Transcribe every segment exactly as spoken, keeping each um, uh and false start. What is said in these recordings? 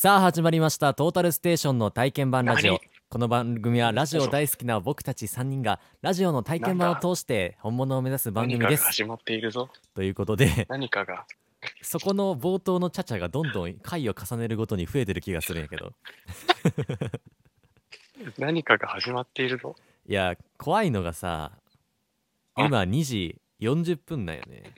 さあ始まりましたトータルステーションの体験版ラジオ。 何この番組はラジオ何大好きな僕たちさんにんがラジオの体験版をなんだ通して本物を目指す番何組です。 かが始まっているぞ。 ということで何かが、 そこの冒頭のチャチャがどんどん回を重ねるごとに増えてる気がするんやけど何かが始まっているぞ。 いや怖いのがさ、 あ、 今にじよんじゅっぷんだよね。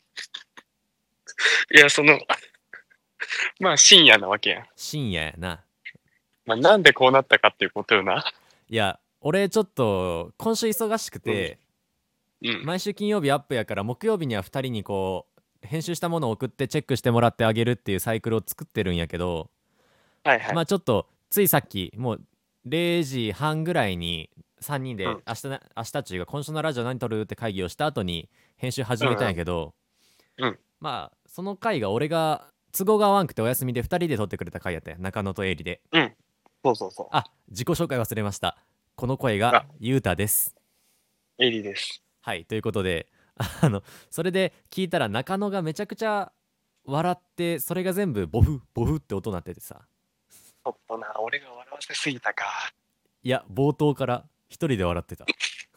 いや、その、まあ深夜なわけやん。 深夜やな。 まあなんでこうなったかっていうことよな。 いや俺ちょっと今週忙しくうん。 て、 うん。 毎週金曜日アップやから木曜日にはふたりにこう編集したものを送ってチェックしてもらってあげるっていうサイクルを作ってるんやけど、 はいはい。 まあちょっとついさっきもうれいじはんぐらいにさんにんうん。 で明日な明日中が今週のラジオ何撮るって会議をした後に編集始めたんうんうん。 やけど、 うん。 まあその回が俺が都合が合わんくてお休みでふたりで撮ってくれた回やったよ、中野とエリで。 うん。そうそうそあ、自己紹介忘れました。この声がう。あ、 ゆうたです。 エリです。 はい、ということであのそれで聞いたら中野がめちゃくちゃ笑って、それが全部ボフボフって音鳴っててさ、 ちょっとな、俺が笑わせすぎたか。 いや冒頭から一人で笑ってた。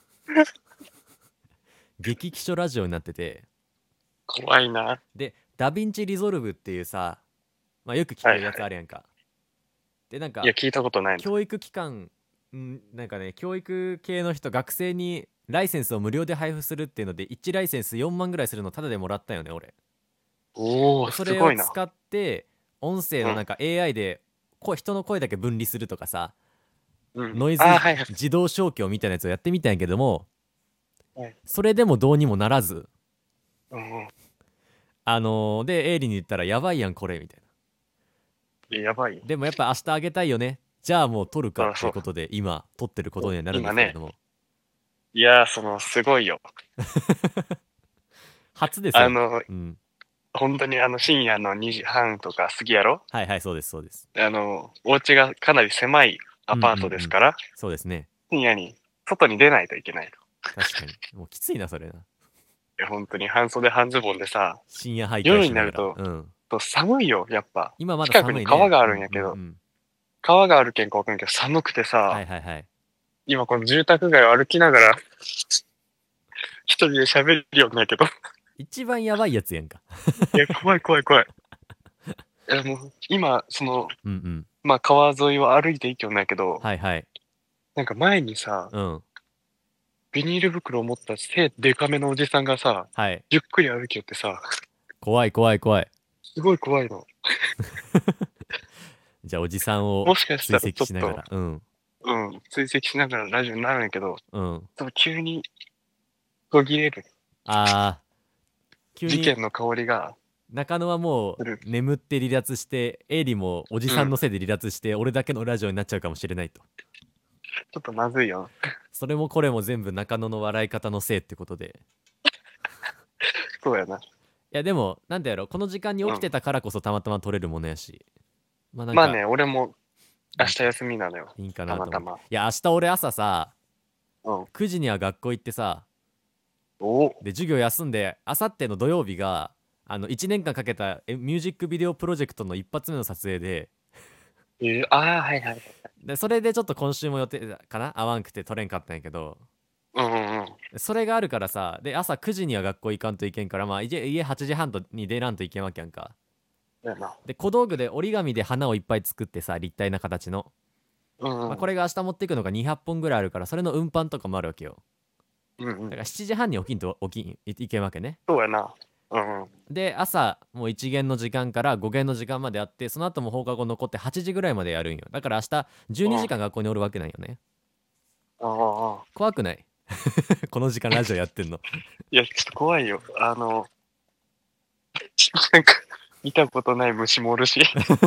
激気象ラジオになってて、 怖いな。はでダヴィンチリゾルブっていうさ、まあ、よく聞いはい。 くやつあるやんか。でなんかいや、聞いたことないな。 教育機関んなんかね、教育系の人、学生にライセンスを無料で配布するっていうのでいちライセンスよんまんぐらいするのタダでもらったよね俺。 おお、 でそれをすごいな。 使って音声うん。 のなんか エーアイ で声人の声だけ分離するとかさ、 うん。 ノイズあ、はいはい。 自動消去みたいなやつをやってみたんやけども、 はい。 それでもどうにもならず、 うんうん。 あのーでエイリに言ったらやばいやんこれみたいな。 いややばい。 でもやっぱ明日あげたいよね、じゃあもう撮るかっあ、そう。 ていうことで今撮ってるこそうとにはなるんで今ね。 すけれども、 いやー、その、すごいよ。 初ですよ。 あの、 うん。 本当にあの深夜のにじはんとか過ぎやろ。 はいはい、そうですそうです。 あの、お家がかなり狭いうんうんアパートでうん。 すから、 そうですね。 深夜に外に出ないといけないと。 確かにもうきついなそれな。 いや、本当に半袖半ズボンでさ、 深夜徘徊夜しながら、 になると、 うん。 と寒いよ、やっぱ。 今まだ近くに寒いね。 川があうんるんやけど、 うんうん。 川があるけんかわかんないけど、寒くてさ、 はいはいはい。 今この住宅街を歩きながら、一人で喋るようになるけど、 一番やばいやつやんか。 いや、怖い怖い怖い。いや、もう、今、その、 うんうん。 まあ、川沿いを歩いていきようなんやけど、 はいはい。 なんか前にさ、 うん。 ビニール袋を持った背デカめのおじさんがさ、 はい。 ゆっくり歩きよってさ、 怖い怖い怖い。 すごい怖いの。 じゃあおじさんをもしかしたら追跡ちょっと、 しながら、うん。 うん、追跡しながらラジオになるんやけど、 うん。 その急に途切れるあー、急に事件の香りが中野はもうする。 眠って離脱して、エイリもおじうん、 さんのせいで離脱して、俺だけのラジオになっちゃうかもしれないと。 ちょっとまずいよ。 それもこれも全部中野の笑い方のせいってことで。 そうやな。 いやでも、なんだやろ、この時間に起きうん。 てたからこそたまたま撮れるものやし。まあなんか、 まあね、俺も明いい日休みなのよ。 いいんかなと思って。 たまたま。 いや、明日俺朝さ、 うん。 くじには学校行ってさ、 おお。 で、授業休んで、あさっての土曜日が、あの、いちねんかんかけたえミュージックビデオプロジェクトの一発目の撮影で、 えー、ああ、はいはい。 で、それでちょっと今週も予定かな合わんくて撮れんかったんやけど、 うんうんうん。 それがあるからさ、で、朝くじには学校行かんといけんから、まあ、家、家はちじはんとに出らんといけんわけやんか。 そうやな。 で、小道具で折り紙で花をいっぱい作ってさ、立体な形の。まあ、こうんうん。 れが明日持っていくのがにひゃっぽんぐらいあるから、それの運搬とかもあるわけよ。 うんうん。 だからしちじはんに起きんと起きんいいけんわけね。 そうやな。うんうん。 で、朝もういち限の時間からご限の時間まであって、その後も放課後残ってはちじぐらいまでやるんよ。だから明日じゅうにじかん学校におるわけなんよね。 ああ、ああ。 怖くない？この時間ラジオやってんの。 いや、ちょっと怖いよ。あの、なんか、見たことない虫もおるし。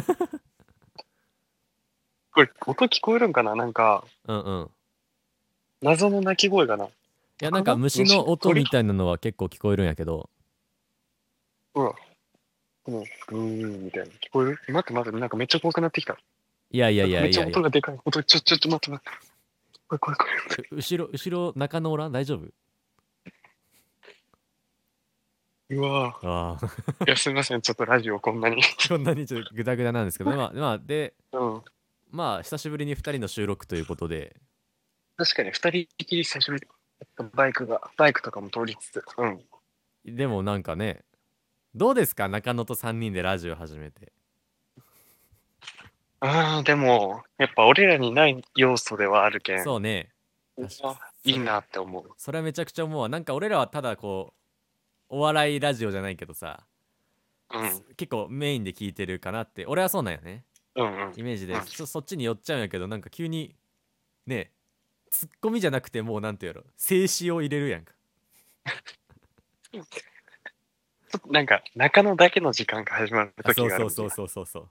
これ、音聞こえるんかななんか、 うんうん。 謎の鳴き声がな。 いやなんか魚虫虫鳥の音みたいなのは結構聞こえるんやけど、 ほら。この、ブーンみたいな。聞こえる待って待って、なんかめっちゃ怖くなってきた。 いやいやいなんかめっちゃやいやいや、 音がでかい。音、ちょ、ちょ、ちょ、待って待って。怖い怖い怖い。 う後ろ後ろ中野おらん大丈夫？ うわああーいや、すみません。ちょっとラジオこんなに。 こんなにちょっとグダグダなんですけど、まあ、まあ、で、 うん。 まあ、久しぶりにふたりの収録ということで、 確かに二人きり久しぶり。バイクが、バイクとかも通りつつ。うん。 でもなんかね、どうですか中野とさんにんでラジオ始めて。 ああ、でも、やっぱ俺らにない要素ではあるけん。 そうね。 う確かわいそれ、 いなって思う。 それはめちゃくちゃ思うわ。なんか俺らはただこう、お笑いラジオじゃないけどさ、 うん。 結構メインで聞いてるかなって、俺はそうなんよね。 うんうん。 イメージうん。 でそそっちに寄っちゃうんやけど、なんか急にね、ツッコミじゃなくてもうなんていうやろ、静止を入れるやんか。 ちょっとなんか、中野だけの時間が始まるあ、そ時うそうそうがあるもんな。 そうそうそう。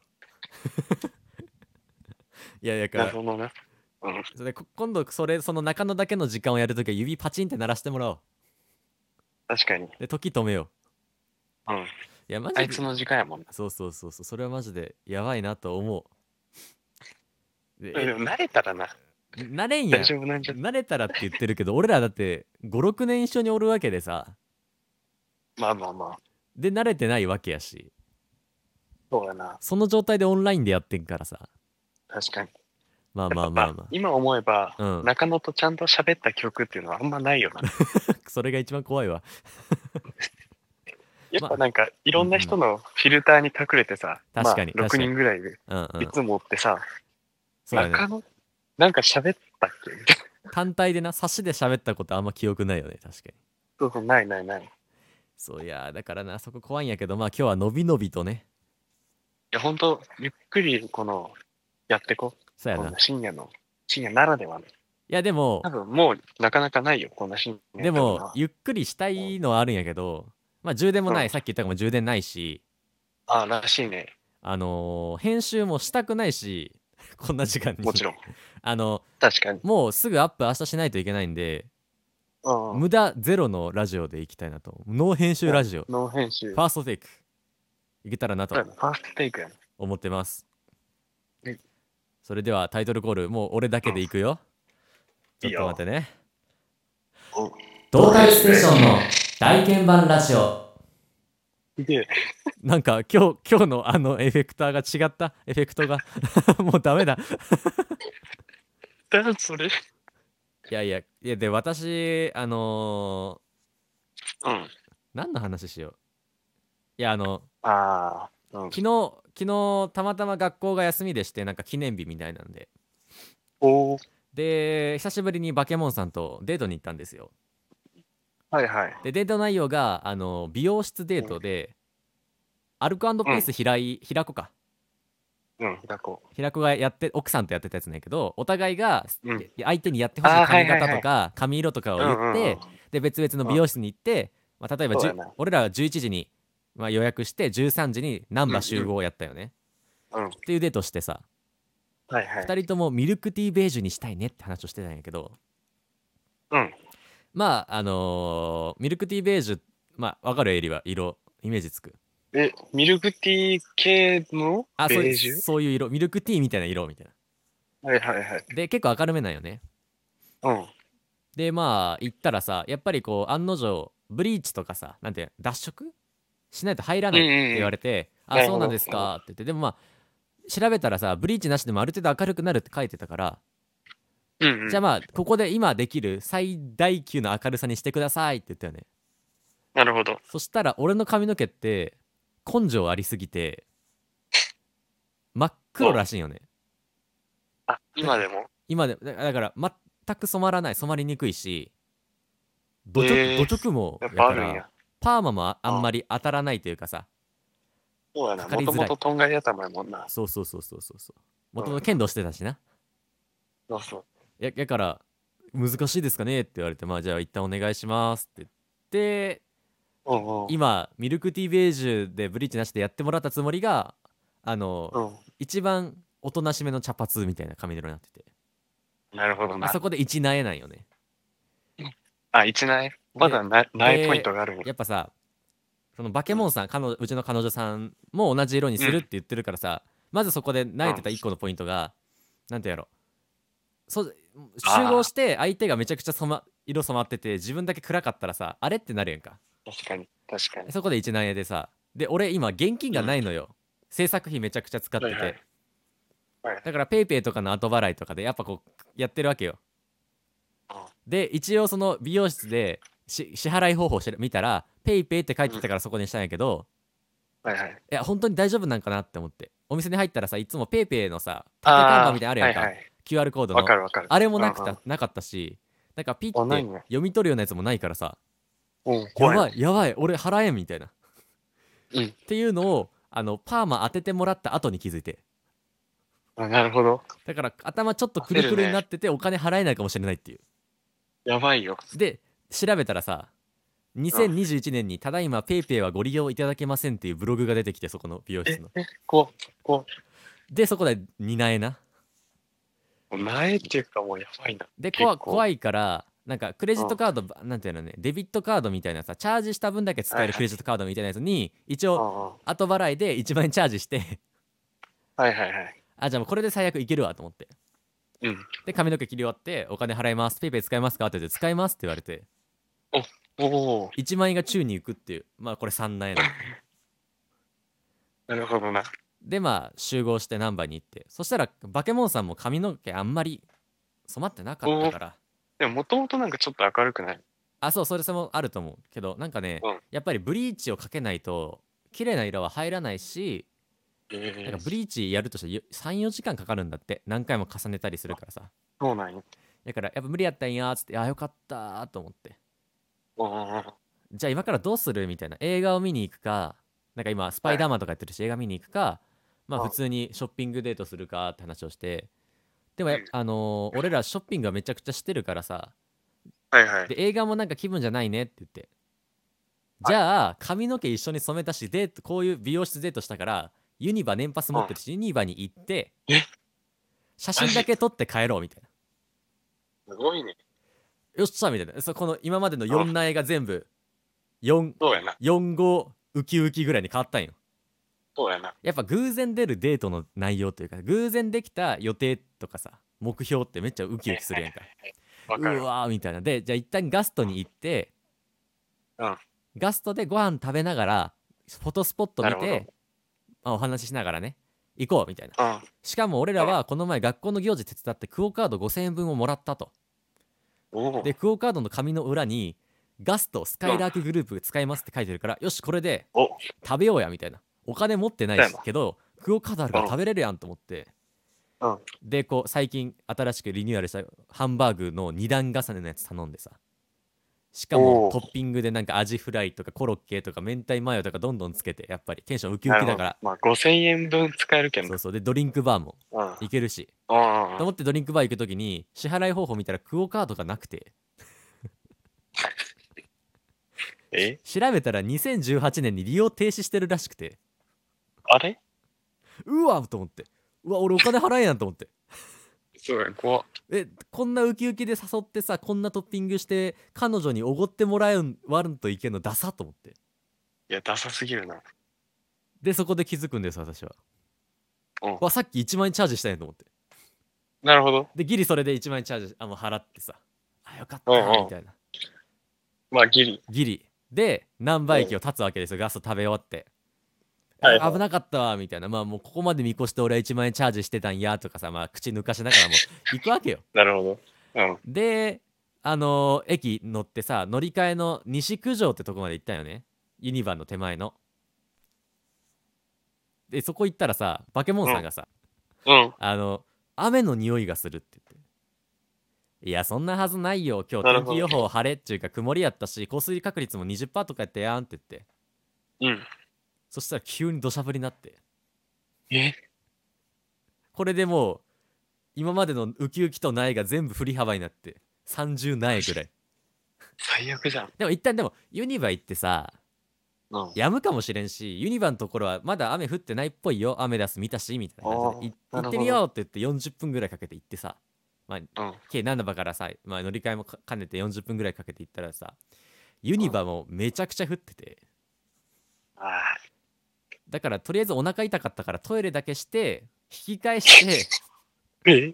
いや、だから謎のな。うん。 それこ今度それその中野だけの時間をやるときは指パチンって鳴らしてもらおう。 確かに。 で時止めようん。 う。いやマジで、 あいつの時間やもんな。 そうそうそうそう、それはマジでやばいなと思う。でえでも慣れたらな、 なれん大やん。 丈夫なんじゃ。 慣れたらって言ってるけど俺らだってごろくねん一緒におるわけでさ、 まあまあまあ。 で慣れてないわけやし、 そうやな。 その状態でオンラインでやってんからさ、 確かに。 まあやっぱ、 まあまあま今思えば、 あ、うん。 中野とちゃんと喋った曲っていうのはあんまないよな。 それが一番怖いわ。 やっまあぱなんか、いろんなうんうん、 人のフィルターに隠れてさ、ま確かあ、6 に確かに、 人ぐらいで、 うんうん、 いつもおってさ、 そうやね。 中野、なんか喋ったっけみたいな。 単体でな差しで喋ったことあんま記憶ないよね、確かに。 そうそう、ないないない。いそういやだからな、そこ怖いんやけど、まあ今日はのびのびとね。 や、ほんと、ゆっくり、この、やってこ。 そうやな。 こんな深夜の、深夜ならではの。 いやでも多分もう、なかなかないよ、こんな深夜でやったらな。 もゆっくりしたうん。 いのはあるんやけど、まあ充電もない、 うん。 さっき言ったかも充電ないし、 ああ、らしいね。 あのー編集もしたくないし、こんな時間にもちろん。 あの確かに。 もうすぐアップ明日しないといけないんで、 うん。 無駄ゼロのラジオでいきたいなと、ノー編集そうやな。 ラジオ、 ノー編集。 ファーストテイクいけたらなとそうやな。ファーストテイクやな。 思ってます。 うん。 それではタイトルコールもう俺だけでいくよ。ちょっいいよ。 と待ってね。 うん。 東海ステーションの体験版ラジオ。 で、 なんか今日今日のあのエフェクターが違った、エフェクトがもうダメだ。 だそれ。 いやいやいや、で私あのうん。 ー、何の話しよう。いやあのああ、うん。 昨日昨日たまたま学校が休みでして、なんか記念日みたいなんで、 おー。 で久しぶりにバケモンさんとデートに行ったんですよ。 はいはい。 でデート内容があの美容室デートで、アルコピーうん。 ス平井平子か、 うん。開こ平子がやって奥さんとやってたやつなんやけど、お互いがう。うん。 相手にやってほしいああ、は髪いはいはい。 型とか髪色とかをうんうんうん。 言って、で別々の美うん。 容室に行って、まあ、例えばじゅそうやな。 俺らはじゅういちじに、まあ、予約してじゅうさんじに難波集合をやったよね、 うん。うん。 っていうデートしてさ、 はいはい。 ふたりともミルクティーベージュにしたいねって話をしてたんやけど、 うん。 まああのーミルクティーベージュ、まあわかる、エリは色イメージつく。 え、ミルクティー系のあ、そういうベージュ。 そういう色、ミルクティーみたいな色みたいな。 はいはいはい。 で結構明るめなんよね。 うん。 でまあ行ったらさ、やっぱりこう案の定ブリーチとかさ、なんて脱色しないと入らうんうないってんうん。 言われて、あなるほど。 そうなんですかって言って、でもまあ調べたらさ、ブリーチなしでもある程度明るくなるって書いてたから、 うんうん。 じゃあまあここで今できる最大級の明るさにしてくださいって言ったよね。 なるほど。 そしたら俺の髪の毛って根性ありすぎて真っ黒おう。 らしいよね。 あ、 だ今でも。 今でだだから全く染まらない、染まりにくいし、土直土ええー。 直もやっやからぱあるんや。 パーマもああうん。 んまり当たらないというかさ、 そうやな。もともかかりづらい。 ととんがり頭やもんな。 そうそうそうそうそうそう、もうん。 ともと剣道してたしな。 そうそう。 ややから難しいですかねって言われて、まあじゃあ一旦お願いしますって言って、 うんうん。 今ミルクティーベージュでブリーチなしでやってもらったつもりが、あのうん。 一番おとなしめの茶髪みたいな髪色になってて、 なるほどな。 まあそこで一苗なんよね。 あ、一内までだな、ないポインでトがあるんや。 やっぱさ、そのバケうん。 モンさん、彼女うちの彼女さんも同じ色にうん。 するって言ってるからさ、まずそこでうん。 慣れてた一個のポイントが、なんてやろ、そう集合しあて相手がめちゃくちゃ染ま色染まってて自分だけ暗かったらさ、あれってなるやんか。 あ、確かに。 確かに。 そこでいちまん円でさ、で俺今現金がないのよ、制作費めちゃくちゃ使ってて、 はいはいはい。 だからペイペイとかの後払いとかでやっぱこうやってるわけよ。 あで一応その美容室でし支払い方法をし見たらペイペイって書いてたからそこにしたんやけど、 はいはい。 いや本当に大丈夫なんかなって思って、お店に入ったらさ、いつもペイペイのさ縦看板あみたいなのあるやんか、 あ、はいはい。 キューアール コードのわかるわかる。 あれもなくうんうんたなかったし、なんかピッあ、なていね。 読み取るようなやつもないからさ、 うん、 や怖いな。 ばいやばい俺払えんみたいなっうん。 ていうのをあのパーマ当ててもらった後に気づいて、 あ、なるほど。 だから頭ちょっとくるくるになっててお金払えないかもしれないっていう。 やばいよ。 で調べたらさ、にせんにじゅういちねんにただいまペイペイはご利用いただけませんっていうブログが出てきて、そこの美容え室の、 え、怖っ怖っ。 でそこでになえな、 もう苗っていうかもうやばいな。 で結構。 怖怖いからなんかクレジットうん。 カード、なんていうのね、デビットカードみたいなさ、チャージした分だけ使えるクレジットカードみたいなやつに一応うんうん。 後払いでいちまん円チャージしてはいはいはい。 あじゃあもうこれで最悪いけるわと思って、 うん。 で髪の毛切り終わってお金払います、ペイペイ使いますかって言って使いますって言われて、 おお。 いちまん円が宙に浮くっていう、まあこれさんなえなの。 なるほどな。 でまあ集合して難波に行って、そしたらバケモンさんも髪の毛あんまり染まってなかったおお。 から、 でももともとなんかちょっと明るくない？ あそうそれそれもあると思うけど、なんかねうん。 やっぱりブリーチをかけないと綺麗な色は入らないし、なんええ、 かブリーチやるとしたらさんよじかんかかるんだって、何回も重ねたりするからさ、 そうなんや。 だからやっぱ無理やったんやーっつって、あよかったーと思って、 おお。 じゃあ今からどうするみたいな、映画を見に行くか、なんか今スパはい。 イダーマンとかやってるし映画見に行くか、まあうん。 普通にショッピングデートするかって話をして、でもやうん。 あのー俺らショッピングはめちゃくちゃしてるからさ、 はいはい。 で映画もなんか気分じゃないねって言って、じはい。 ゃあ髪の毛一緒に染めたしデート、こういう美容室デートしたからユニバ年パス持うん。 ってるしユニバに行ってえ、 写真だマジ？ け撮って帰ろうみたいな、 すごいね。 よっしゃみたいな、そこの今までのうん。 よん苗が全部よん、 そうやな。 よんごウキウキぐらいに変わったんよ。 そうやな。 やっぱ偶然出るデートの内容というか偶然できた予定とかさ目標ってめっちゃウキはいはいウキするやんか。 はい。わかるわ。 うわーみたいなで、じゃあ一旦ガストに行って、 うん。 ガストでご飯食べながらフォトスポットなるほど。 見て、まあ、お話ししながらね行こうみたいな。 うん。 しかも俺らはこの前学校の行事手伝ってクオカードごせんえんぶんをもらったと。 うん。おお。 でクオカードの紙の裏にガストスカイラークグループ使いますって書いてるから、よしこれでお、 食べようやみたいな、お金持ってないだよな。 しけどクオカードあるからうん。 食べれるやんと思って、 うん。 でこう最近新しくリニューアルしたハンバーグのに段重ねのやつ頼んでさ、しかもおお。 トッピングでなんかアジフライとかコロッケとか明太マヨとかどんどんつけて、やっぱりテンションウキウなるほど。 キだから、 まあ、ごせんえんぶん使えるけんな。 そうそうでドリンクバーもうん。うん。 いけるしと思ってドリンクバー行く時に支払い方法見たらクオカードがなくて、 え、 調べたらにせんじゅうはちねんに利用停止してるらしくて、 あれ？ うわと思って、うわ俺お金払えやんと思って、 そうや、怖っ。 えこんなウキウキで誘ってさ、こんなトッピングして彼女におごってもらうんわるんといけんのダサと思って、 いや、ダサすぎるな。 でそこで気づくんです私は、 うん。 わさっきいちまん円チャージしたんやと思って、 なるほど。 でギリそれでいちまん円チャージあもう払ってさ、あよかっうんうん。 たみたいな、 まあ、ギリ。 ギリで難波駅うん。 を立つわけですよ、ガスト食べ終わって、 はいはい。 あ危なかったわみたいな、まあもうここまで見越して俺はいちまん円チャージしてたんやとかさ、まあ口抜かしながらも行くわけよ。 なるほど。うん。 であのー駅乗ってさ、乗り換えの西九条ってとこまで行ったよね、ユニバの手前の。でそこ行ったらさバケモンうん。 さんがさ、 うん。 あの雨の匂いがするって言って、いやそんなはずないよ、今日天気予なるほど。 報晴れっちゅうか曇りやったし降水確率も にじゅっパーセント とかやったやんって言って、 うん。 そしたら急に土砂降りになって、 え、 これでもう今までのウキウキと苗が全部振り幅になってさんじゅう苗ぐらい。 最悪じゃん。 でも一旦でもユニバ行ってさうん。 やむかもしれんし、ユニバのところはまだ雨降ってないっぽいよ、アメダス見たしみたいな感じでいああ、 行ってみなるほど。 ようって言ってよんじゅっぷんぐらいかけて行ってさ、まあうん。 計難波からさ、まあ、乗り換えもか兼ねてよんじゅっぷんぐらいかけて行ったらさ、ユうん。 ニバもめちゃくちゃ降ってて、 ああ。 だからとりあえずお腹痛かったからトイレだけして引き返してえ、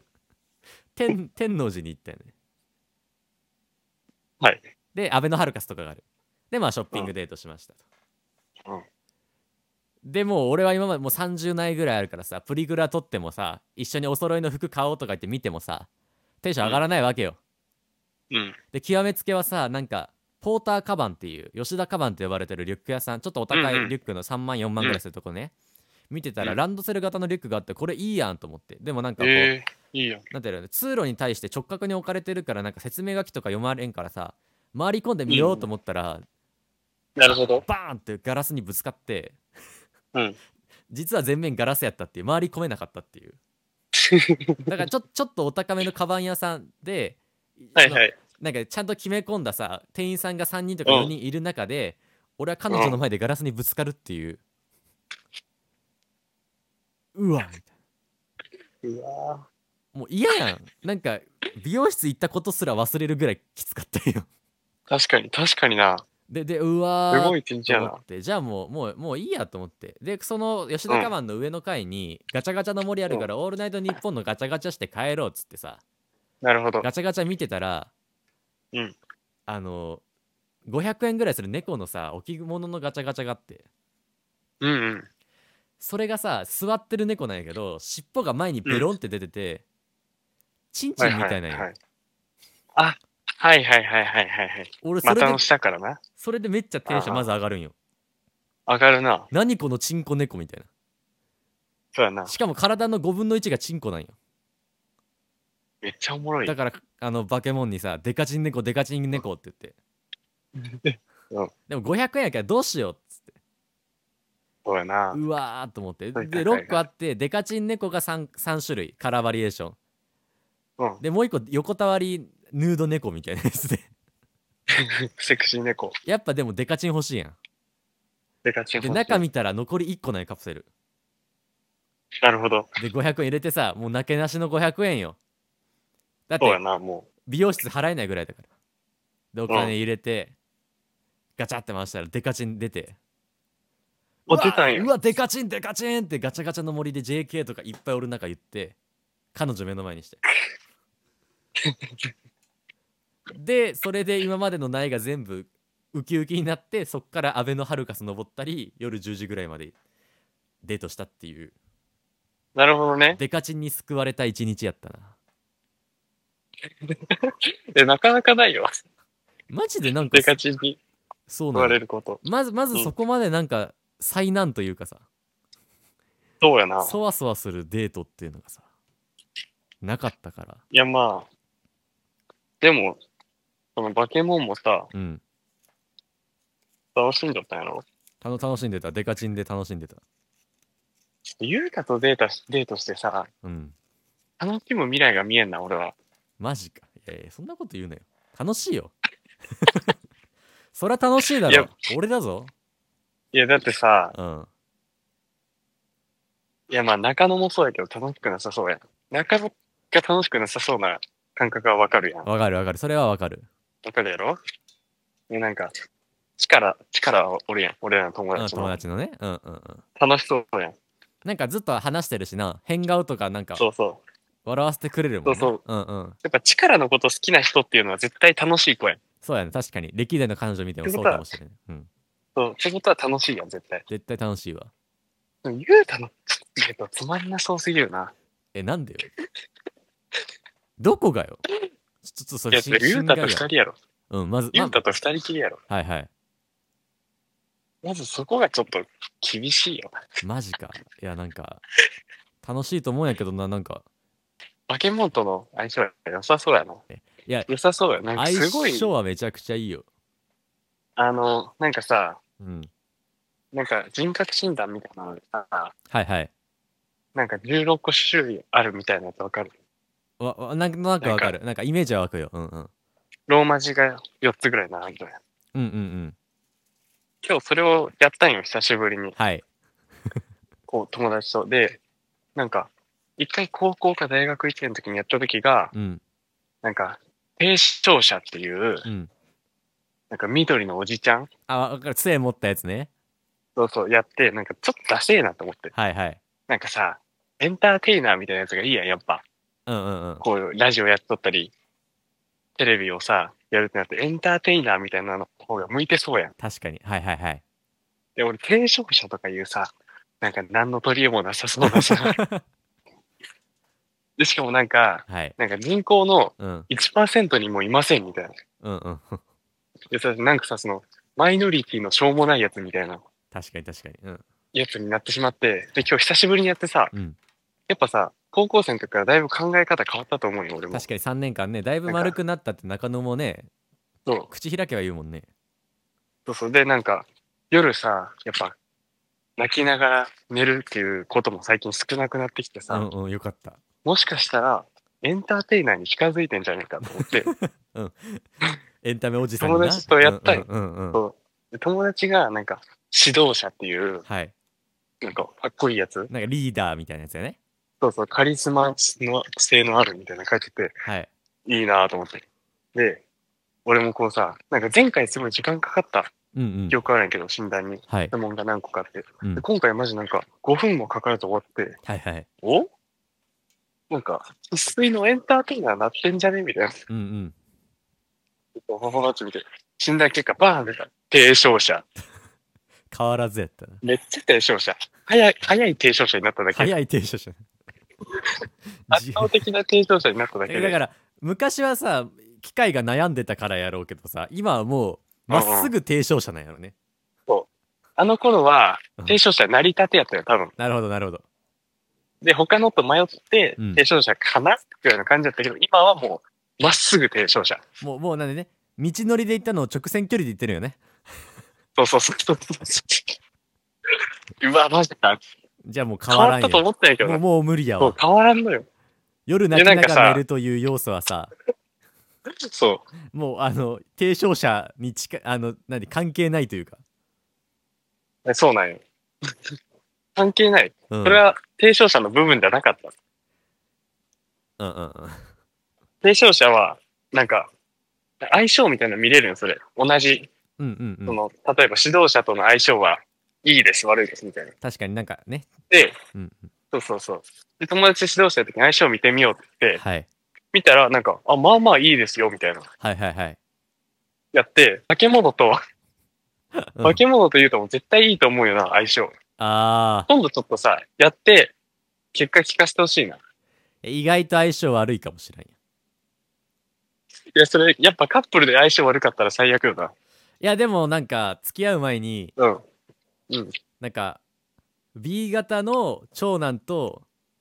天天王寺に行ったよね。 はい。 でアベノハルカスとかがある、 でまあショッピングデートしましたと、 うんでもう俺は今までもうさんじゅうないぐらいあるからさ、プリクラ撮ってもさ、一緒にお揃いの服買おうとか言って見てもさ、テンション上がらないわけよ。 うんで極めつけはさ、なんかポーターカバンっていう吉田カバンって呼ばれてるリュック屋さん、ちょっとお高いうんうんリュックのさんまんよんまんぐらいするとこね、見てたうんらランドセル型のリュックがあって、これいいやんと思って。でもなんかこう、 えー、いいやん。 なんていうの、通路に対して直角に置かれてるから、なんか説明書きとか読まれんからさ、回り込んでみようと思ったら、 なるほど。 バーンってガラスにぶつかって、 うん。 実は全面ガラスやったっていう、回り込めなかったっていう。だからちょちょっとお高めのカバン屋さんで、 はいはい。 なんかちゃんと決め込んださ、店員さんがさんにんとかうんよにんいる中で、俺は彼女の前でガラスにぶつかるっていう、うわみたいうわもう嫌やん。なんか美容室行ったことすら忘れるぐらいきつかったよ。 確かに、確かにな。 ででうわーすごい一日やなと思っ。て、じゃあもうもうもういいやと思って、でその吉田カバンの上の階にガチャガチャの森あるから、オールナイトニッポンのガチャガチャして帰ろうっつってさ、 なるほど。 ガチャガチャ見てたら、 うん。 あのごひゃくえんぐらいする猫のさ置物のガチャガチャがあって、 うんうん。 それがさ座ってる猫なんやけど、尻尾が前にベロンって出てて、チンチはいはンみたいなんよ、 いはい。あ、はいはいはいはいはいはい。 俺それで股の下からな。 それでめっちゃテンションまず上がるんよ。 上がるな。 何このチンコ猫みたいそうやなな。。しかも体のごぶんのいちがチンコなんよ。 めっちゃおもろい。 だからあのバケモンにさ、デカチン猫デカチン猫って言って、 うんでもごひゃくえんやからどうしようっつって、 そうやな。 うわーっと思って、 はいでろっこあって、デカチン猫が 3, さん種類カラーバリエーションうん。 で、もう一個横たわりヌード猫みたいなやつでセクシー猫。 やっぱでもデカチン欲しいやん。 デカチンで欲しい中見たら残りいっこないカプセルなるほど。 でごひゃくえん入れてさ、もうなけなしのごひゃくえんよ。だってそうやな、も美容室払えないぐらいだから。でお金入れて、ガチャって回したらデカチン出て、 う。お、出たんやう。わデカチンデカチンってガチャガチャの森で ジェーケー とかいっぱいおる中言って、彼女目の前にしてでそれで今までの苗が全部ウキウキになって、そっからアベノハルカス登ったり夜じゅうじぐらいまでデートしたっていう、 なるほどね。 デカチンに救われた一日やったな。 え、なかなかないよ。 マジでなんかデカチンに言わそうなの。 れること。 まずまずうんそこまでなんか災難というかさ、 そうやな。 そわそわするデートっていうのがさなかったから。 いや、まあ。でも、そのバケモンもさ、 うん、 楽しんじゃったんやろ。 たの楽しんでた。デカチンで楽しんでた。 優香とデータしデートしてさ、 うん、 楽しむ未来が見えんな、俺は。 マジか。いやいやそんなこと言うなよ。楽しいよそりゃ楽しいだいやろ、俺だぞ。 いや、だってさ、 うん、 いや、まあ、中野もそうやけど、楽しくなさそうやん。中野が楽しくなさそうな感覚はわかるやん。 わかるわかる、それはわかる。 わかるやろ。いや、なんか、力、力おるやん。俺らの友うん、 達も。 友達のね。うんうんうん。 楽しそうやん。 なんかずっと話してるしな、変顔とかなんかそうそう。 笑わせてくれるもんね。 そううんうん。 やっぱ力のこと好きな人っていうのは絶対楽しい子やん。 そうやね、確かに歴代の彼女見てもそうかもしれない。うん、 そう、ってことは楽しいやん、絶対。 絶対楽しいわ。 でも、ゆうたのデートつまんなそうすぎるな。 え、なんでよどこがよ。ちょっとそいや、 れしゆうたと心外や。 二人やろ。 うん、まず、まゆうたと二人きりやろ。 はいはい。 まずそこがちょっと厳しいよな。 マジか。いや、なんか、楽しいと思うんやけどな、なんか。 バケモンとの相性は良さそうやな。 いや、 良さそうや。なんかすごい相、性はめちゃくちゃいいよ。 あの、なんかさ、 うん。 なんか人格診断みたいなのでさ、 はいはい。 なんかじゅうろっこ種類あるみたいなやつわかる？ わ、わなんとなくわかる。なんかイメージは湧くよ。うんうん。 ローマ字がよっつぐらい並んでる。 うんうんうん。 今日それをやったんよ、久しぶりに。 はい。 こう、友達と。で、なんか、一回高校か大学いちねんの時にやった時が、 うん。 なんか、低視聴者っていう、 うん。 なんか緑のおじちゃん、 あ、わかる。杖持ったやつね。 そうそう、やって、なんかちょっとダセえなと思って。 はいはい。 なんかさ、エンターテイナーみたいなやつがいいやん、やっぱ。 うんうんうん。 こういうラジオやっとったり、テレビをさ、やるってなって、エンターテイナーみたいなの方が向いてそうやん。 確かに。はいはいはい。 で、俺、低所者とかいうさ、なんか何の取り柄もなさそうなさ。で、しかもなんか、 はい。 なんか人口のうん。 いちパーセントにもいませんみたいな。 うんうん。 でさ、なんかさ、その、マイノリティのしょうもないやつみたいな確かに確かに。うん。 やつになってしまって、で、今日久しぶりにやってさ、 うん。 やっぱさ、高校生の時からだいぶ考え方変わったと思うよ、俺も。 確かにさんねんかんね、だいぶなんか、 丸くなったって中野もね、 そう口開けは言うもんね。 そうそう。で、なんか、夜さ、やっぱ、泣きながら寝るっていうことも最近少なくなってきてさ、 うんうん、よかった。 もしかしたら、エンターテイナーに近づいてんじゃねえかと思って、 うん。エンタメおじさんにな。 友達とうんうやったんよ。 んうんうん。 そうで友達が、なんか、指導者っていう、 はい。 なんか、かっこいいやつ。 なんかリーダーみたいなやつやね。 そうそう、カリスマの性のあるみたいなの書いてて、 はい。 いいなぁと思って。で、俺もこうさ、なんか前回すごい時間かかったうんうん。 記憶あるんやけど、診断に。 はい。 質問が何個かあって。 うん。 で今回マジなんかごふんもかからず終わって、 はいはい。 おなんか、生粋のエンターテイナーなってんじゃねみたいな。 うんうん。 ほほほって見て、診断結果バーン出た。低症者。 変わらずやったな。 めっちゃ低症者。早い、早い低症者になっただけ。 早い停車者。 圧じ倒的な低症者になっただけで。 だから昔はさ、機械が悩んでたからやろうけどさ、今はもうまっうんうん。 すぐ提唱者なんやろね。 そう。あの頃は、 うん低症者成り立てやったよ、多分。 なるほどなるほど。 で、他のと迷ってう、ん。 低症者かなぐらいの感じだったけど、今はもう、まっすぐ低症者。 もうもうなんでね、道のりで行ったのを直線距離で行ってるよね。 そうそうそうそうそう。うわ、マジか。 じゃあもう変変わったとわらんよ。 思ったんやけどな。 もうもう無理やそう、 わ。 変わらんのよ。で、 夜泣きなんかさ、 ながら寝るという要素はさ、 そもうあの提唱者に近い、あの何関係ないというか。 う。そうなんよ。関係ない。 うん。 それは提唱者の部分じゃなかった。 うんうんうん。 提唱者は、なんか、相性みたいなの見れるよ、それ。同じ、 うんうんうん。 その、例えば指導者との相性はいいです、悪いです、みたいな。 確かになんかね。 で、 うんうん。 そうそうそう。で、友達指導者の時に相性見てみようって言って、 はい。 見たら、なんか、あ、まあまあいいですよ、みたいな。 はいはいはい。 やって、化け物と、 うん、 化け物と言うとも絶対いいと思うよな、相性。 あ今度ちょっとさ、やって、結果聞かせてほしいな。いー意外と相性悪いかもしれんや。 や、それ、やっぱカップルで相性悪かったら最悪よな。 いやでもなんか付き合う前にうん。うん。 なんか B 型の長男と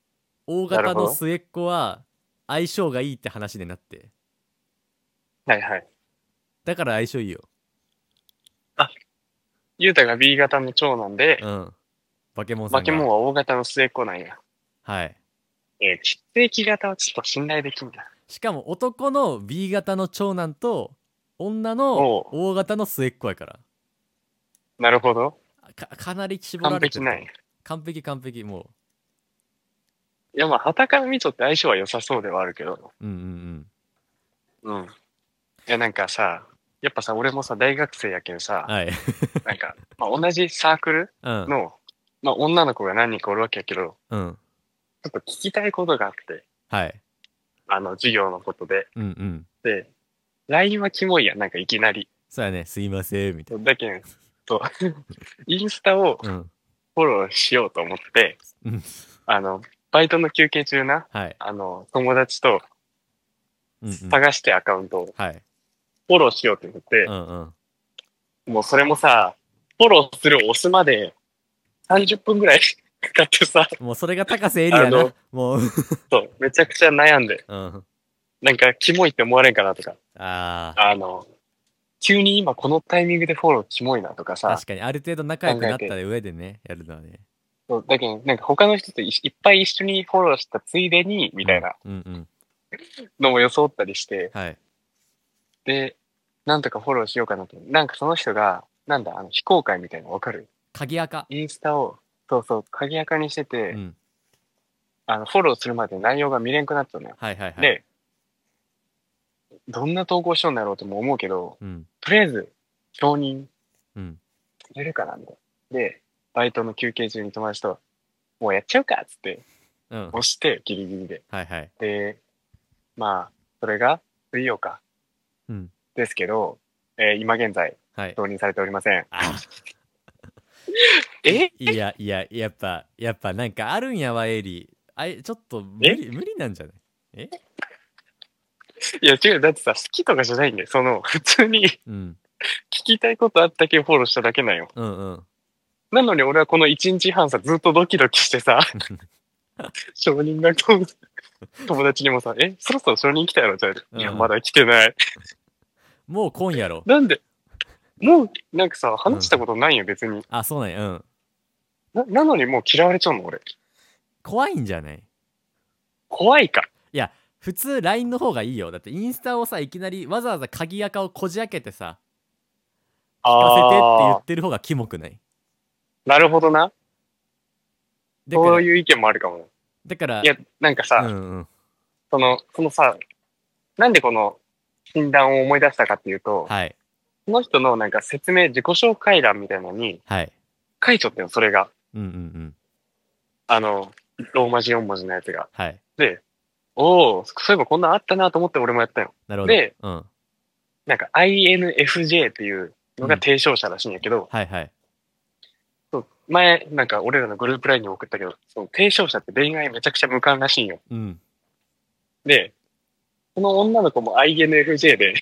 O なるほど。 型の末っ子は相性がいいって話になって、 はいはい。 だから相性いいよ。 あ、ゆうたが B 型の長男で、 うん。バケモンさんが。 化け物は O 型の末っ子なんや。 はい。 えー、血液型はちょっと信頼できんな。 しかも男の B 型の長男と女のおう、 O 型の末っ子やから、 なるほど。 かかなり絞ら完れてると思う。 璧なんや。 完璧完璧。もいや、まあ、旗から見とって相性は良さそうではあるけど。 ううんうんうん。いや、なんかさ、やっぱさ、俺もさ、大学生やけんさ、 うん。はい。 なんか、まあ、同じサークルうんの、まあ、女の子が何人かおるわけやけど、 うん。 ちょっと聞きたいことがあって、 はい。 あの、授業のことで。 うんうん。 で、ライン はキモいやん、なんかいきなり。 そうやね、すいませんみたいだけん、そう、インスタをな。うんフォローしようと思って、 うん。 あの、バイトの休憩中な、 はい。 あの、友達とうんうん。 探してアカウントをはい。 フォローしようと思ってう、んうん。 もうそれもさ、フォローする押すまでさんじゅっぷんぐらいかかってさ、 もうそれが高瀬エリアな。 あの、 もうそう、めちゃくちゃ悩んで、 うん。 なんかキモいって思われんかなとか、 ああ、 あの、急に今このタイミングでフォローキモいなとかさ、 確かにある程度仲良くなっ考えて、 た上でね、やるのはね。 そうだけど、なんか他の人といいっぱい一緒にフォローしたついでに、みうんたいなうんうん。 のも装ったりして、 はい。 で、なんとかフォローしようかなと。なんかその人が、なんだ、あの、非公開みたいなのわかる？ 鍵垢。 インスタを、そうそう、鍵垢にしてて、 うん。 あの、フォローするまで内容が見れんくなったのよ。 はいはいはい。 で、どんな投稿しようんだろうとも思うけど、 うんとりあえず、承認うんされるかなみたいな。で、バイトの休憩中に友達と、もうやっちゃうかっつってうん。 押して、ギリギリで。 はいはい。 で、まあ、それが水曜か。 うん。 ですけど、えー今現在はい。 承認されておりません。 あえいやいややっぱやっぱなんかあるんやわエリー。あいちょっと無え理無理なんじゃない？えいや違う、だってさ、好きとかじゃないんだよ。その、普通に聞うんきたいことあったけフォローしただけなんよ。 うんうんなのに俺はこのいちにちはんさ、ずっとドキドキしてさ、承認が来る友達にもさ、え、そろそろ承認来たやろじゃあ、いや、 うんまだ来てない。 もう今夜ろ。 なんで、もう、なんかさ、 うん話したことないよ、別に。 あそうなんや。うんな、なのにもう嫌われちゃうの、俺。 怖いんじゃない？ 怖いか。 いや普通 ライン の方がいいよ。だってインスタをさいきなりわざわざ鍵垢をこじ開けてさ聞かせてって言あってる方がキモくない？ ー、なるほどな。 だからそういう意見もあるかも。 だからいや、なんかさ、 うんうんその、そのさ、なんでこの診断を思い出したかっていうと、 はいその人のなんか説明、自己紹介欄みたいなのにはい書いちゃったよ、それが。 うんうんうんあの、ローマ字よん文字のやつが。 はいで、おお、そういえばこんなんあったなと思って俺もやったよ。 なるほど。 で、 うんなんか アイエヌエフジェー っていうのが提唱者らしいんやけど、 はいはいそう前、なんか俺らのグループラインに送ったけど、その提唱者って恋愛めちゃくちゃ無関らしいんよ。 うんで、この女の子も アイエヌエフジェー で、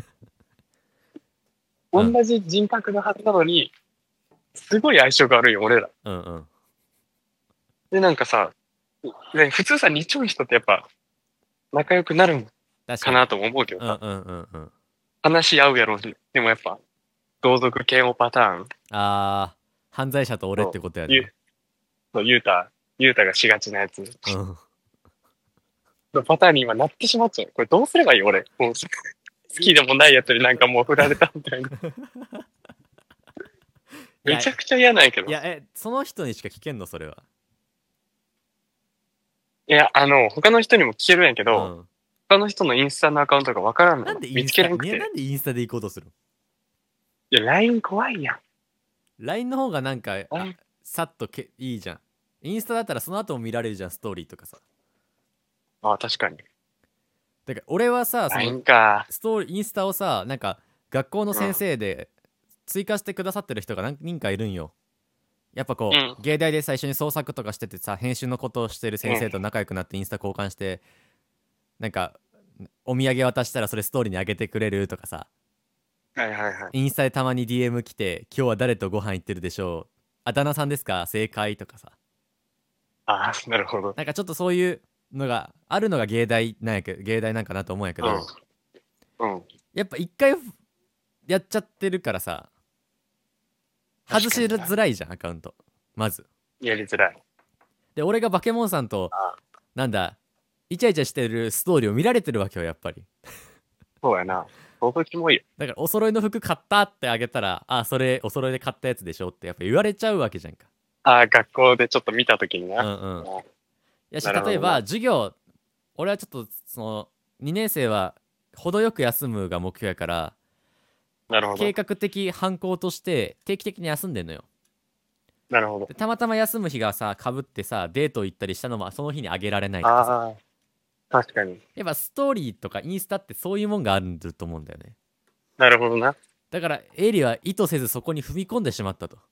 うん同じ人格のはずなのに、すごい相性が悪いよ、俺ら。 うんうんで、なんかさ、ね、普通さ、似ちゃう人ってやっぱ、仲良くなるん確かにかなとも思うけどさ、 うんうんうんうん話し合うやろうし、でもやっぱ、同族嫌悪パターン、 あー犯罪者と俺ってことやゆな。 そうゆうた、ゆうたがしがちなやつ、 うんのパターンに今なってしまっちゃう。これどうすればいい俺。もう好きでもないやつになんかもう振られたみたいな。 いやめちゃくちゃ嫌なんやけど。いや、 いやえその人にしか聞けんのそれは？ あの、他の人にも聞けるんやけうど、 ん他の人のインスタのアカウントがわからんのよ。 なんでイ見つンスタいやけれんくて。 なんでインスタで行こうとするの？ いや、ライン 怖いやん。 ライン の方がなんかああさっとけいいじゃん。インスタだったらその後も見られるじゃんストーリーとかさ。 あ、確かに。 だから俺はさそライのンか。 ストーリーインスタをさなんか学校の先うん。 生で追加してくださってる人が何人かいるんよ。やっぱこうん。 う芸大で最初に創作とかしててさ編集のことをしてる先生うん。 と仲良くなってインスタ交換してなんかお土産渡したらそれストーリーにあげてくれるとかさはいはいはい。 インスタでたまに ディーエム 来て今日は誰とご飯行ってるでしょうあ旦那さんですか正解とかさああ、なるほど。 なんかちょっとそういうのがあるのが芸大なんやけど芸大なんかなと思うんやけどうん。うん。 やっぱ一回やっちゃってるからさ外し確かにな。 づらいじゃんアカウントまずやりづらい。 で俺がバケモンさんとあ、 なんだイチャイチャしてるストーリーを見られてるわけよやっぱりそうやな。相当キモいよ。 だからお揃いの服買ったってあげたらあそれお揃いで買ったやつでしょってやっぱ言われちゃうわけじゃんかああ、学校でちょっと見たときにうんな。 うんあやしなるほどな例えば授業俺はちょっとそのにねん生は程よく休むが目標やからなるほど。 計画的犯行として定期的に休んでんのよなるほど。 でたまたま休む日がさかぶってさデート行ったりしたのもその日にあげられないとかさああ、確かに。 やっぱストーリーとかインスタってそういうもんがあると思うんだよねなるほどな。 だからエイリは意図せずそこに踏み込んでしまったと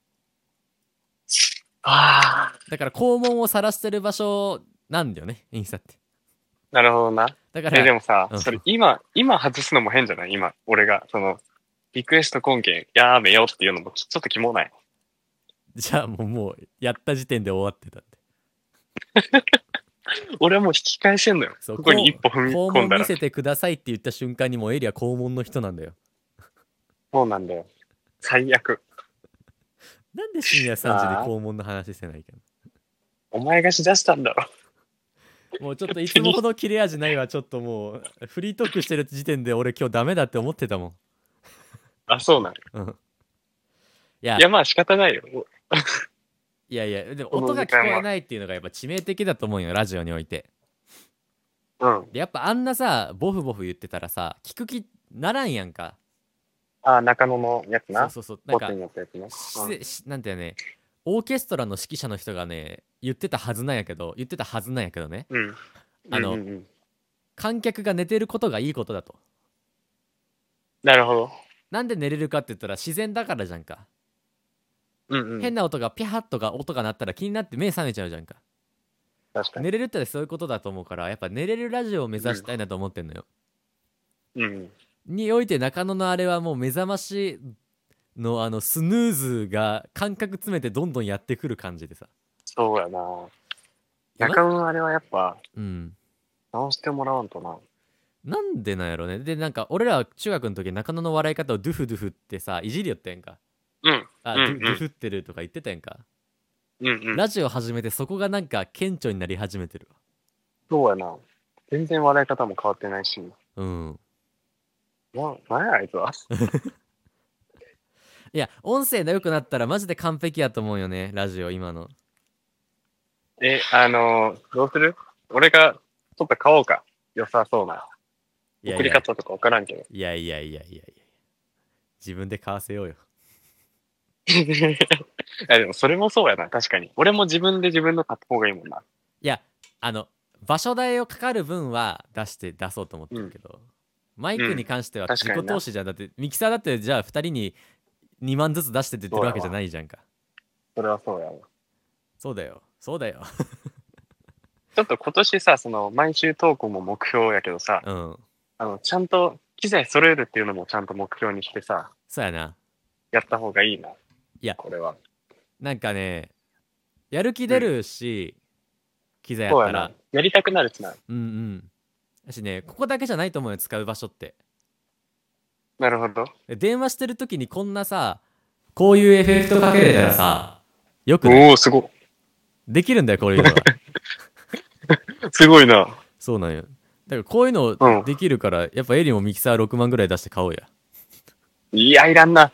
ああ、 だから肛門を晒してる場所なんだよねインスタってなるほどな。え、 だからでもさ、 うんそれ今、今外すのも変じゃない今、俺が、その、リクエスト根拠やめよっていうのもちょっとキモない。 じゃあもうもうやった時点で終わってたって俺はもう引き返してんのよ。 そうここに一歩踏み肛込んだら。 門見せてくださいって言った瞬間にもうエイリは肛門の人なんだよそうなんだよ。最悪。 なんで深夜さんじでああ、 肛門の話せないかお前がしだしたんだろ。 なもうちょっといつもほど切れ味ないわちょっともうフリートークしてる時点で俺今日ダメだって思ってたもんあ、そうなん。 うんいやいや、まあ仕方ないよ。 いやいやでもこの音が時間は聞こえないっていうのがやっぱ致命的だと思うよラジオにおいてうん。 でやっぱあんなさボフボフ言ってたらさ聞く気ならんやんかあ、中野のやつそうな。 そうそうなんかポットになったやつね。 ししなんていうねオーケストラの指揮者の人がね言ってたはずなんやけど言ってたはずなんやけどねうん。うん。 あのうんうんうん。 観客が寝てることがいいことだとなるほど。 なんで寝れるかって言ったら自然だからじゃんか。 うんうん。 変な音がピャーッとか音が鳴ったら気になって目覚めちゃうじゃんか。 確かに。 寝れるってそういうことだと思うから、やっぱ寝れるラジオを目指したいなと思ってんのよ。 うんうん。 において中野のあれはもう目覚ましのあのスヌーズが感覚詰めてどんどんやってくる感じでさ。 そうやな。 やま中尾のあれはやっぱ、 うん。 直してもらわんとな。 なんでなんやろね。で、なんか俺らは中学の時中野の笑い方をドゥフドゥフってさ、いじりよってんか。 うん。 あ、 うんドゥドゥうん。 フってるとか言ってたやんか。 うんうん。 ラジオ始めてそこがなんか顕著になり始めてるそうやな。全然笑い方も変わってないし。 わ。うん。 な、なんやあいつは。 いや、音声が良くなったらマジで完璧やと思うよね、ラジオ今の。 え、あのーどうする俺がちょっと買おうか。良さそうな。送りいやいや、 方とかわからんけど。 いやいやいやいやいや。自分で買わせようよ。 いやでもそれもそうやな。確かに。俺も自分で自分の買った方がいいもんな。 いや、あの、場所代をかかる分は出して出そうと思ってるけど、マイクに関しては自確かにな己投資じゃん。だってミキサーだってじゃあふたりににまんずつ出してって言ってるわけじゃないじゃんか。 それはそうやわ。 そうだよ。そうだよ。 ちょっと今年さ、その毎週投稿も目標やけどさ、 うん。 あの、ちゃんと機材揃えるっていうのもちゃんと目標にしてさ、 そうやな。 やった方がいいな。 いや、 これは。 なんかね、やる気出るし、機材やそうやなったら。。 やりたくなるしな。 うんうん。だしね、ここだけじゃないと思うよ、使う場所って。 なるほど。 で電話してる時にこんなさ、こういうエフェクトかけれたらさ、よくないおお、すご。 できるんだよ、こういうのは。 すごいな。 そうなんよ。だからこういうのうんできるから、やっぱエリもミキサーろくまんぐらい出して買おうや。 いや、いらんな。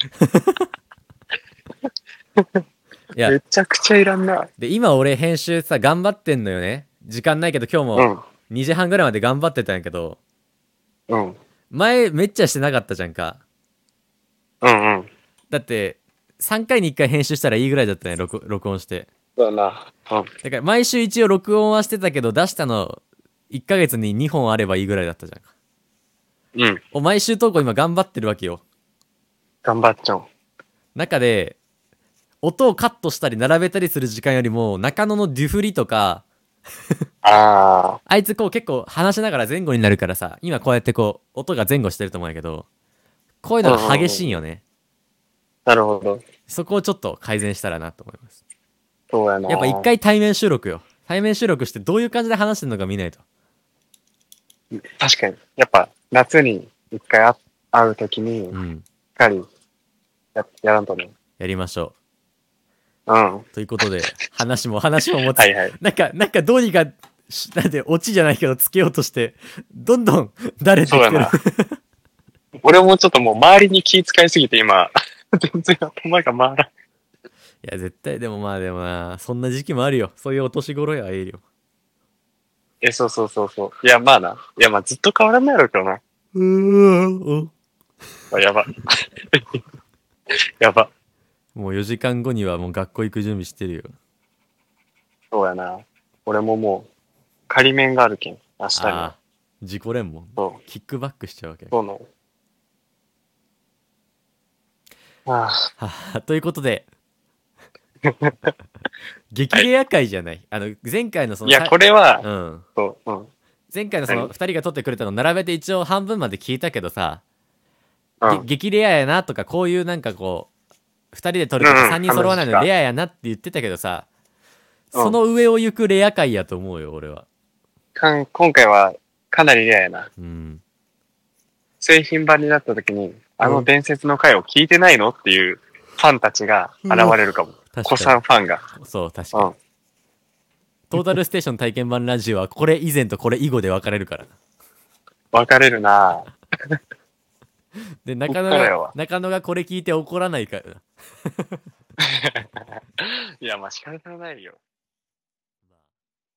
いやめちゃくちゃいらんな。 で今俺編集さ頑張ってんのよね。時間ないけど今日もうん。 にじはんぐらいまで頑張ってたんやけど、 うん。 前めっちゃしてなかったじゃんか。 うんうん。 だってさんかいにいっかい編集したらいいぐらいだったね、録録音して。 そうだな。うん。 だから毎週一応録音はしてたけど、出したのいっかげつににほんあればいいぐらいだったじゃんか。 うん。 お毎週投稿今頑張ってるわけよ。 頑張っちゃう。 中で音をカットしたり並べたりする時間よりも中野のデュフリとか、 ああいつこう結構話しながら前後になるからさ、今こうやってこう音が前後してると思うんやけど、こういうのが激しいんよね。 あ。なるほど。 そこをちょっと改善したらなと思います。 そうやな。 やっぱ一回対面収録よ。対面収録してどういう感じで話してるのか見ないと。 確かに。やっぱ夏に一回会会うときに、しっうん。 かりややらんとね。 やりましょうん。はう。ということで、話も話も持つ。 いはい。 なんか、なんかどうにか、しなんでオチじゃないけどつけようとして、どんどんだれてきてるそうやな。。俺もちょっともう周りに気遣いすぎて今、全然頭が回らん。 いや、絶対でもまあでもな、そんな時期もあるよ。そういうお年頃や、エイリオ。 え、そうそうそうそう。いや、まあな。いや、まあずっと変わらんないやろうけどな。 うーん。 あやば。やば。 もうよじかんごにはもう学校行く準備してるよ。 そうやな。俺ももう、仮面があるけん。明日には。 ああ、自己連もそう。 キックバックしちゃうわけ。 そうなの。ああ。 はあ、ということで、激レア回じゃない。あの、前回のその、 いや、これは、 うん。 そう、うん。 前回のその何ふたりが撮ってくれたの並べて一応半分まで聞いたけどさ、 うん。 げ激レアやなとか、こういうなんかこうふたりで撮るとうんうんさんにん揃わないの話がレアやなって言ってたけどさ、 うんその上を行くレア回やと思うよ俺は。 かん今回はかなりレアやな。 うん。 製品版になった時に、あの伝説の回を聞いてないのっていうファンたちが現れるかも。 確子さんファンが。 にそう確かに、 うん。 トータルステーション体験版ラジオはこれ以前とこれ以後で分かれるからな。 分かれるなで中野がこっからやわ中野がこれ聞いて怒らないからな。 いや、まあ仕方ないよ。